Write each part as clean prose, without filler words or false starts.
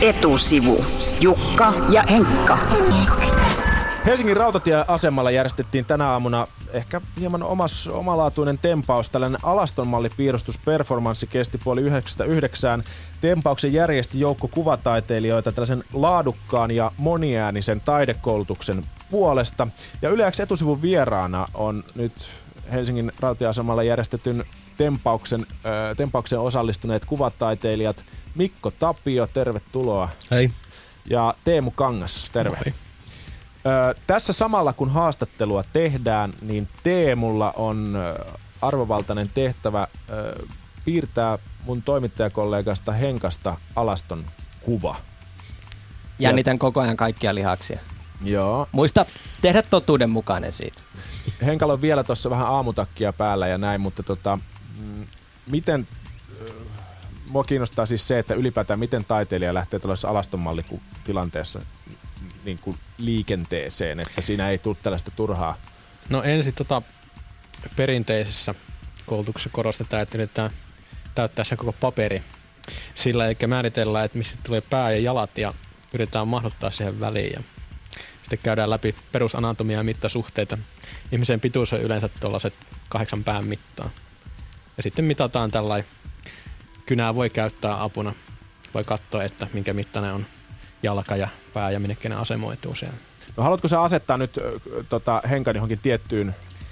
Etusivu. Jukka ja Henkka. Helsingin rautatieasemalla järjestettiin tänä aamuna ehkä hieman omalaatuinen tempaus. Tällainen Alaston mallipiirustusperformanssi kesti 8:30–9. Tempauksen järjesti joukko kuvataiteilijoita tällaisen laadukkaan ja moniäänisen taidekoulutuksen puolesta. Ja Yle X etusivun vieraana on nyt Helsingin rautatieasemalla järjestetyn tempaukseen osallistuneet kuvataiteilijat Mikko Tapio, tervetuloa. Hei. Ja Teemu Kangas, terve. Hei. Tässä samalla kun haastattelua tehdään, niin Teemulla on arvovaltainen tehtävä piirtää mun toimittajakollegasta Henkasta Alaston kuva. Jännitän koko ajan kaikkia lihaksia. Joo. Muista tehdä totuudenmukainen siitä. Henkalla on vielä tuossa vähän aamutakkia päällä ja näin, mutta miten, mua kiinnostaa siis se, että ylipäätään miten taiteilija lähtee tällaisessa Alaston mallitilanteessa niin kuin liikenteeseen, että siinä ei tule tällaista turhaa. No ensin perinteisessä koulutuksessa korostetaan, että yritetään täyttää se koko paperi sillä, eikä määritellään, että missä tulee pää ja jalat ja yritetään mahduttaa siihen väliin. Ja sitten käydään läpi perusanatomiaa ja mittasuhteita. Ihmisen pituus on yleensä tuollaiset 8 pään mittaa. Ja sitten mitataan tällainen. Kynää voi käyttää apuna. Voi katsoa, että minkä mittainen on jalka ja pää ja minnekä ne asemoituu siellä. No haluatko sä asettaa nyt Henkan johonkin tiettyyn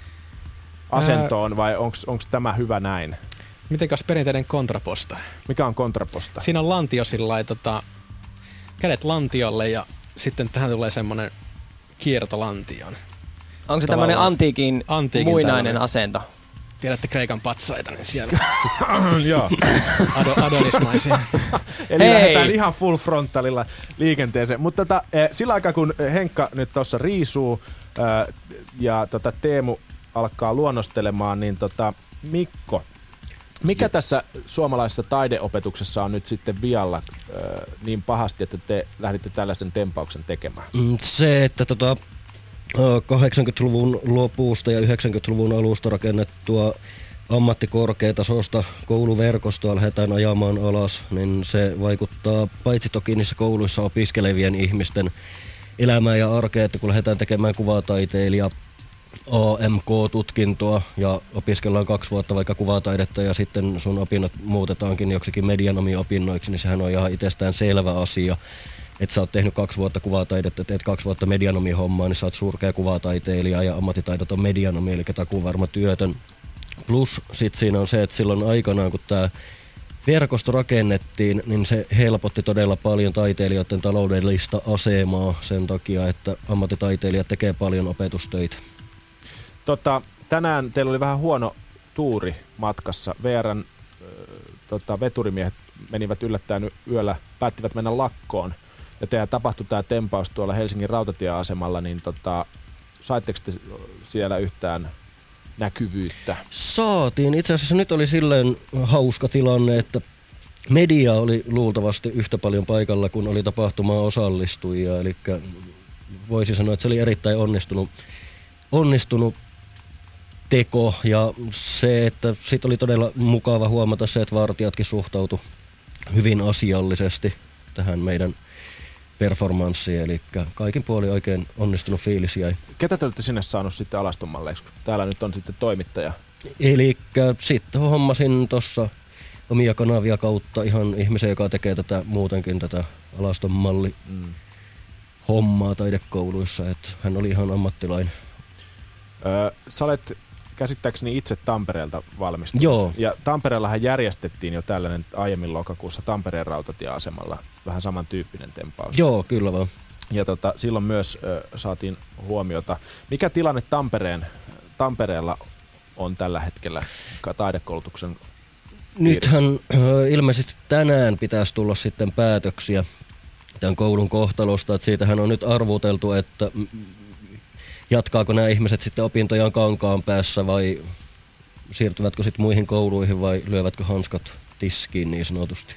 asentoon vai onko tämä hyvä näin? Mitenkäs perinteinen kontraposta? Mikä on kontraposta? Siinä on lantio sillai, kädet lantiolle ja sitten tähän tulee semmonen kiertolantion. Onko se tämmönen antiikin muinainen tällainen asento? Tiedätte Kreikan patsaita, niin siellä Joo. Adonismaisia. Eli lähdetään ihan full frontalilla liikenteeseen. Mutta sillä aikaa kun Henkka nyt tuossa riisuu ja Teemu alkaa luonnostelemaan, niin Mikko, mikä tässä suomalaisessa taideopetuksessa on nyt sitten vialla niin pahasti, että te lähditte tällaisen tempauksen tekemään? Se, että 80-luvun lopusta ja 90-luvun alusta rakennettua ammattikorkeatasosta kouluverkostoa lähdetään ajamaan alas, niin se vaikuttaa paitsi toki niissä kouluissa opiskelevien ihmisten elämään ja arkeen, että kun lähdetään tekemään kuvataiteilija AMK-tutkintoa ja opiskellaan 2 vuotta vaikka kuvataidetta ja sitten sun opinnot muutetaankin joksikin medianomiopinnoiksi, niin sehän on ihan itsestään selvä asia. Että sä oot tehnyt 2 vuotta kuvataidetta, teet 2 vuotta medianomihommaa, niin sä oot surkea kuvataiteilija ja ammattitaidot on medianomi, eli takuvarma työtön. Plus sit siinä on se, että silloin aikanaan kun tää verkosto rakennettiin, niin se helpotti todella paljon taiteilijoiden taloudellista asemaa sen takia, että ammattitaiteilijat tekee paljon opetustöitä. Tänään teillä oli vähän huono tuuri matkassa. VR:n veturimiehet menivät yllättäen yöllä, päättivät mennä lakkoon. Ja teillä tapahtui tämä tempaus tuolla Helsingin rautatieasemalla, niin saitteko te siellä yhtään näkyvyyttä? Saatiin. Itse asiassa nyt oli silleen hauska tilanne, että media oli luultavasti yhtä paljon paikalla, kun oli tapahtumaan osallistujia. Eli voisi sanoa, että se oli erittäin onnistunut teko. Ja se, että sitten oli todella mukava huomata se, että vartijatkin suhtautu hyvin asiallisesti tähän meidän performanssiin, eli kaikin puolin oikein onnistunut fiilis jäi. Ketä te olette sinne saanut sitten Alaston malleiksi? Täällä nyt on sitten toimittaja. Eli sitten hommasin tuossa omia kanavia kautta ihan ihmisen, joka tekee tätä muutenkin tätä Alaston malli hommaa taidekouluissa, että hän oli ihan ammattilainen. Sä olet käsittääkseni itse Tampereelta valmistunut. Joo. Ja Tampereellahan järjestettiin jo tällainen aiemmin lokakuussa Tampereen rautatieasemalla vähän samantyyppinen tempaus. Joo, kyllä vaan. Ja silloin myös saatiin huomiota. Mikä tilanne Tampereella on tällä hetkellä taidekoulutuksen piirissä? Nythän ilmeisesti tänään pitäisi tulla sitten päätöksiä tämän koulun kohtalosta, että siitähän on nyt arvuteltu, että jatkaako nämä ihmiset sitten opintojaan Kankaanpäässä vai siirtyvätkö sitten muihin kouluihin vai lyövätkö hanskat tiskiin niin sanotusti?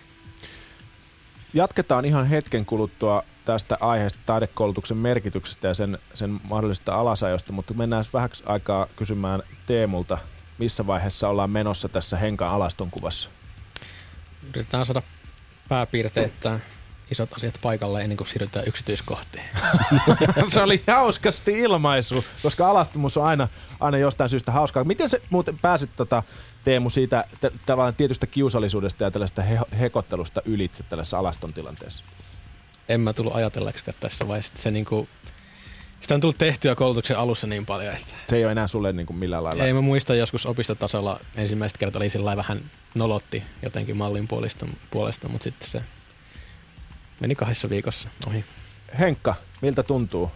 Jatketaan ihan hetken kuluttua tästä aiheesta taidekoulutuksen merkityksestä ja sen mahdollisesta alasajosta, mutta mennään vähäksi aikaa kysymään Teemulta, missä vaiheessa ollaan menossa tässä Henkan Alaston kuvassa? Yritetään saada pääpiirteet isot asiat paikalle ennen kuin siirrytään yksityiskohtiin. Se oli hauskasti ilmaisu, koska alastomuus on aina jostain syystä hauskaa. Miten se muuten pääsit Teemu siitä tavallaan tietystä kiusallisuudesta ja tällaista hekottelusta ylitse tällaisessa alaston tilanteessa? En mä tullut ajatelleeksikaan tässä vaiheessa. Se sitä on tullut tehtyä koulutuksen alussa niin paljon, että... Se ei ole enää sulle millään lailla... Ei, mä muistan joskus opistotasolla ensimmäistä kertaa oli sillä vähän nolotti jotenkin mallin puolesta, mutta sitten se meni 2 viikossa ohi. Henkka, miltä tuntuu?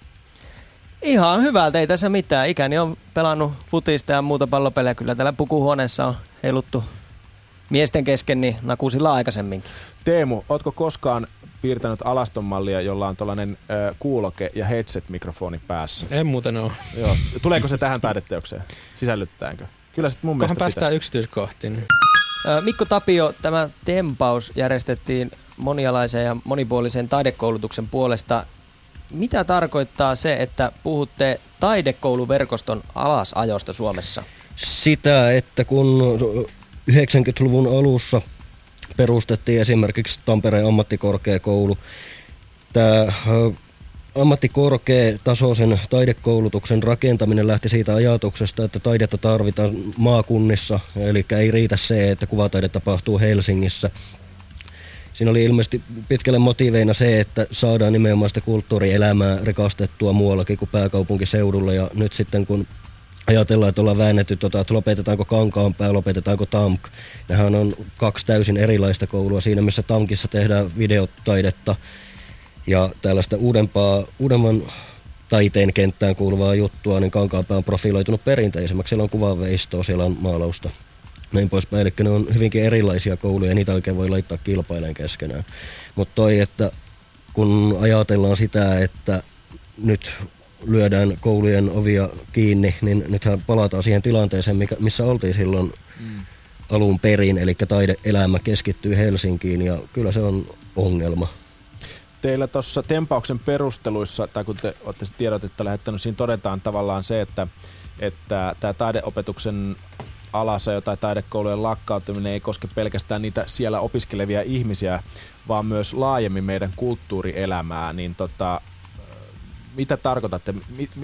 Ihan hyvältä, ei tässä mitään. Ikäni on pelannut futista ja muuta pallopelejä. Kyllä täällä pukuhuoneessa on heiluttu miesten kesken, niin nakusilla aikaisemminkin. Teemu, ootko koskaan piirtänyt alastonmallia, jolla on tollainen kuuloke ja headset-mikrofoni päässä? En muuten ole. Joo. Tuleeko se tähän taideteokseen? Sisällyttääkö? Kyllä sitten mun mielestä päästään yksityiskohtiin. Mikko Tapio, tämä tempaus järjestettiin monialaisen ja monipuolisen taidekoulutuksen puolesta. Mitä tarkoittaa se, että puhutte taidekouluverkoston alasajosta Suomessa? Sitä, että kun 90-luvun alussa perustettiin esimerkiksi Tampereen ammattikorkeakoulu, tämä ammattikorkeatasoisen taidekoulutuksen rakentaminen lähti siitä ajatuksesta, että taidetta tarvitaan maakunnissa, eli ei riitä se, että kuvataide tapahtuu Helsingissä. Siinä oli ilmeisesti pitkälle motiiveina se, että saadaan nimenomaan sitä kulttuurielämää rikastettua muuallakin kuin pääkaupunkiseudulla. Ja nyt sitten kun ajatellaan, että ollaan väännetty, että lopetetaanko Kankaanpää, lopetetaanko TAMK. Nämähän on 2 täysin erilaista koulua. Siinä missä TAMKissa tehdään videotaidetta ja tällaista uudemman taiteen kenttään kuuluvaa juttua, niin Kankaanpää on profiloitunut perinteisemmäksi. Siellä on kuvanveistoa, siellä on maalausta. Näin poispäin. Eli ne on hyvinkin erilaisia kouluja ja niitä oikein voi laittaa kilpailemaan keskenään. Mutta että kun ajatellaan sitä, että nyt lyödään koulujen ovia kiinni, niin nythän palataan siihen tilanteeseen, missä oltiin silloin alun perin. Eli taide-elämä keskittyy Helsinkiin ja kyllä se on ongelma. Teillä tuossa tempauksen perusteluissa, tai kun te olette tiedotetta lähettänyt, siinä todetaan tavallaan se, että tämä taideopetuksen alasajo tai taidekoulujen lakkautuminen ei koske pelkästään niitä siellä opiskelevia ihmisiä, vaan myös laajemmin meidän kulttuurielämää. Niin mitä tarkoitatte?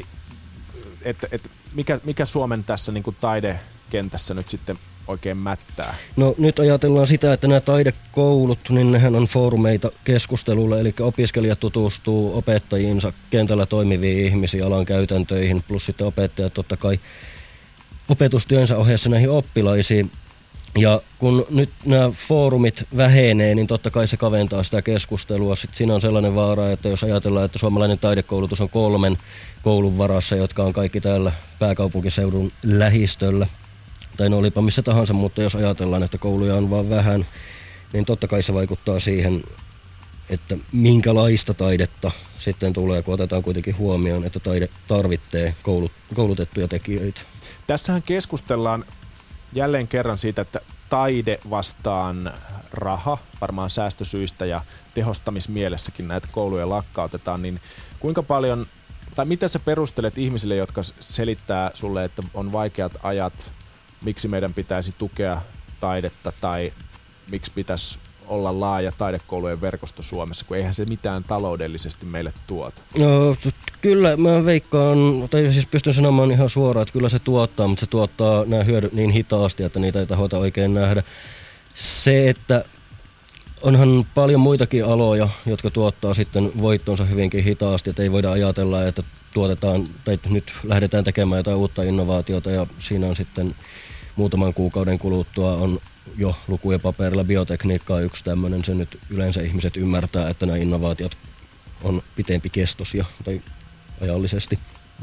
Mikä Suomen tässä niin kuin taidekentässä nyt sitten oikein mättää? No nyt ajatellaan sitä, että nämä taidekoulut, niin nehän on foorumeita keskustelulle, eli opiskelijat tutustuu opettajiinsa, kentällä toimiviin ihmisiin, alan käytäntöihin, plus sitten opettajat totta kai opetustyönsä ohessa näihin oppilaisiin. Ja kun nyt nämä foorumit vähenee, niin totta kai se kaventaa sitä keskustelua. Sitten siinä on sellainen vaara, että jos ajatellaan, että suomalainen taidekoulutus on 3 koulun varassa, jotka on kaikki täällä pääkaupunkiseudun lähistöllä, tai no olipa missä tahansa, mutta jos ajatellaan, että kouluja on vaan vähän, niin totta kai se vaikuttaa siihen, että minkälaista taidetta sitten tulee, kun otetaan kuitenkin huomioon, että taide tarvitsee koulutettuja tekijöitä. Tässähän keskustellaan jälleen kerran siitä, että taide vastaan raha, varmaan säästösyistä ja tehostamismielessäkin näitä kouluja lakkautetaan, niin kuinka paljon, tai mitä sä perustelet ihmisille, jotka selittää sulle, että on vaikeat ajat, miksi meidän pitäisi tukea taidetta tai miksi pitäisi olla laaja taidekoulujen verkosto Suomessa, kun eihän se mitään taloudellisesti meille tuota? No, kyllä mä veikkaan, tai siis pystyn sanomaan ihan suoraan, että kyllä se tuottaa, mutta se tuottaa nämä hyödyt niin hitaasti, että niitä ei tahota oikein nähdä. Se, että onhan paljon muitakin aloja, jotka tuottaa sitten voittonsa hyvinkin hitaasti, että ei voida ajatella, että tuotetaan, tai nyt lähdetään tekemään jotain uutta innovaatiota ja siinä on sitten muutaman kuukauden kuluttua on jo luku- ja paperilla. Biotekniikka on yksi tämmöinen, se nyt yleensä ihmiset ymmärtää, että nämä innovaatiot on pitempikestoisia tai ajallisesti.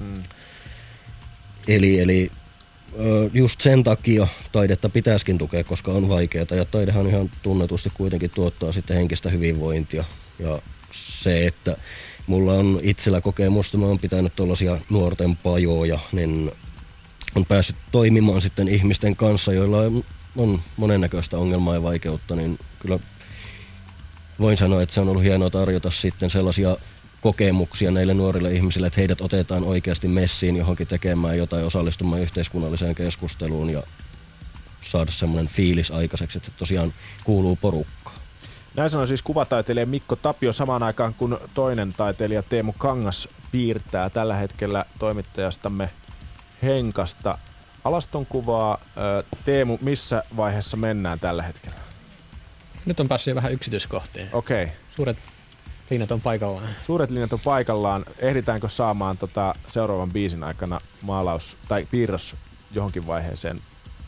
Eli just sen takia taidetta pitäisikin tukea, koska on vaikeaa ja taidehan ihan tunnetusti kuitenkin tuottaa sitten henkistä hyvinvointia. Ja se, että mulla on itsellä kokemusta, mä oon pitänyt tuollaisia nuorten pajoja, niin on päässyt toimimaan sitten ihmisten kanssa, joilla on monennäköistä ongelmaa ja vaikeutta, niin kyllä voin sanoa, että se on ollut hienoa tarjota sitten sellaisia kokemuksia näille nuorille ihmisille, että heidät otetaan oikeasti messiin johonkin tekemään jotain, osallistumaan yhteiskunnalliseen keskusteluun ja saada semmoinen fiilis aikaiseksi, että tosiaan kuuluu porukkaan. Näin sanoi siis kuvataiteilija Mikko Tapio samaan aikaan, kun toinen taiteilija Teemu Kangas piirtää tällä hetkellä toimittajastamme Henkasta alaston kuvaa. Teemu, missä vaiheessa mennään tällä hetkellä? Nyt on päässyt jo vähän yksityiskohtiin. Okei. Suuret linjat on paikallaan. Suuret linjat on paikallaan. Ehditäänkö saamaan seuraavan biisin aikana maalaus tai piirros johonkin vaiheeseen,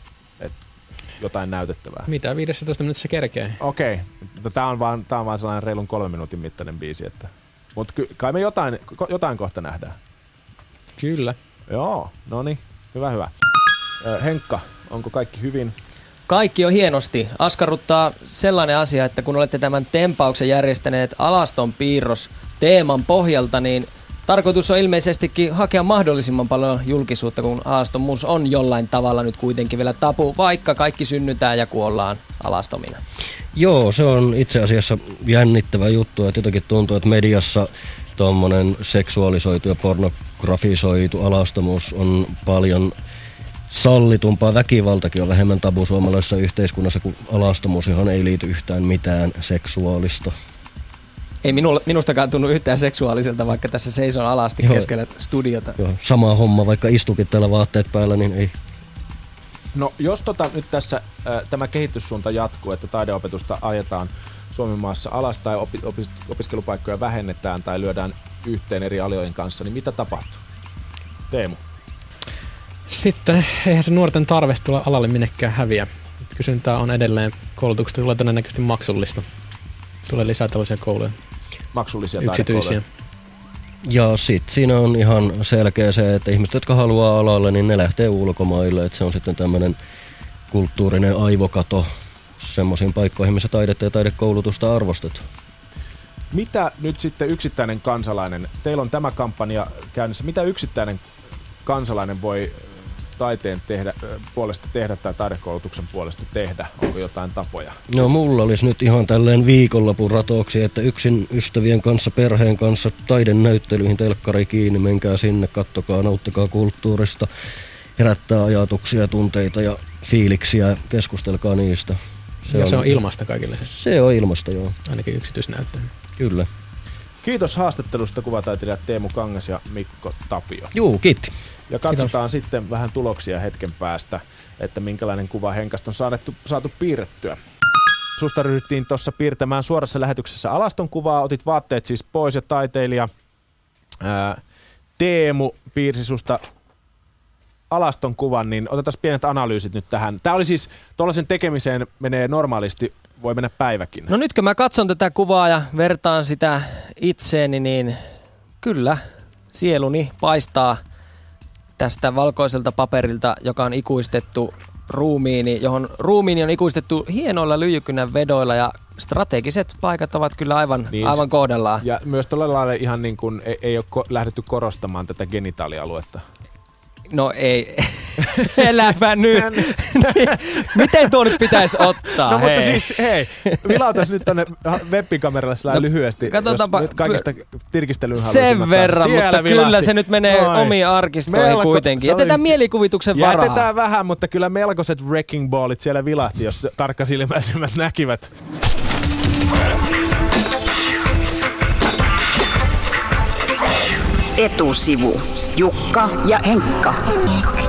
jotain näytettävää? Mitä 15 minuutissa kerkee? Okei. Tää on vaan sellainen reilun 3 minuutin mittainen biisi. Mutta kai me jotain kohta nähdään. Kyllä. Joo, no niin. Hyvä. Henkka, onko kaikki hyvin? Kaikki on hienosti. Askarruttaa sellainen asia, että kun olette tämän tempauksen järjestäneet alaston piirros teeman pohjalta, niin tarkoitus on ilmeisestikin hakea mahdollisimman paljon julkisuutta, kun alastomuus on jollain tavalla nyt kuitenkin vielä tabu, vaikka kaikki synnytään ja kuollaan alastomina. Joo, se on itse asiassa jännittävä juttu, että jotenkin tuntuu, että mediassa tuommoinen seksuaalisoitu ja pornografisoitu alastomuus on paljon sallitumpaa. Väkivaltakin on vähemmän tabu suomalaisessa yhteiskunnassa, kun alastomuus, johon ei liity yhtään mitään seksuaalista. Ei minustakaan tunnu yhtään seksuaaliselta, vaikka tässä seison alasti keskellä studiota. Joo, sama homma, vaikka istukin täällä vaatteet päällä, niin ei. No jos nyt tässä tämä kehityssuunta jatkuu, että taideopetusta ajetaan Suomen maassa alas tai opiskelupaikkoja vähennetään tai lyödään yhteen eri alojen kanssa, niin mitä tapahtuu? Teemu. Sitten eihän se nuorten tarve tulla alalle minnekään häviä. Kysyntää on edelleen. Koulutuksesta tulee todennäköisesti maksullista. Tulee lisää tällaisia kouluja. Maksullisia yksityisiä. Ja sitten siinä on ihan selkeä se, että ihmiset, jotka haluaa alalle, niin ne lähtee ulkomaille. Että se on sitten tämmöinen kulttuurinen aivokato semmoisiin paikkoihin, missä taidetta ja taidekoulutusta arvostetaan. Mitä nyt sitten yksittäinen kansalainen, teillä on tämä kampanja käynnissä, mitä yksittäinen kansalainen voi taiteen puolesta tehdä tai taidekoulutuksen puolesta tehdä? Onko jotain tapoja? No mulla olisi nyt ihan tälleen viikonlopun ratoksi, että yksin ystävien kanssa, perheen kanssa taidenäyttelyihin telkkari kiinni, menkää sinne, kattokaa, nauttikaa kulttuurista, herättää ajatuksia, tunteita ja fiiliksiä, keskustelkaa niistä. Se on ilmasta kaikille. Se on ilmasta, joo. Ainakin yksityisnäyttely. Kyllä. Kiitos haastattelusta kuvataiteilijat Teemu Kangas ja Mikko Tapio. Juu, kiitti. Ja katsotaan sitten vähän tuloksia hetken päästä, että minkälainen kuva Henkasta on saatu piirrettyä. Susta ryhdyttiin tuossa piirtämään suorassa lähetyksessä alaston kuvaa, otit vaatteet siis pois ja taiteilija Teemu piirsi susta alaston kuvan, niin otetaan pienet analyysit nyt tähän. Tämä oli siis, tuollaisen tekemiseen menee normaalisti, voi mennä päiväkin. No nyt kun mä katson tätä kuvaa ja vertaan sitä itseeni, niin kyllä sieluni paistaa tästä valkoiselta paperilta, joka on ikuistettu ruumiini, johon ruumiini on ikuistettu hienoilla lyijykynän vedoilla ja strategiset paikat ovat kyllä aivan kohdallaan. Ja myös tuolla lailla ihan niin kuin ei ole lähdetty korostamaan tätä genitaalialuetta. No ei, eläpä nyt. Miten tuo nyt pitäisi ottaa? No mutta siis hei, vilautas nyt tonne web-kameralla lyhyesti, katsotaanpa, jos nyt kaikista tirkistelyyn sen verran, mutta kyllä se nyt menee omiin arkistoihin kuitenkin. Jätetään mielikuvituksen varaa. Jätetään vähän, mutta kyllä melkoiset wrecking ballit siellä vilahti, jos tarkkasilmäisimmät näkivät. Etusivu. Jukka ja Henkka.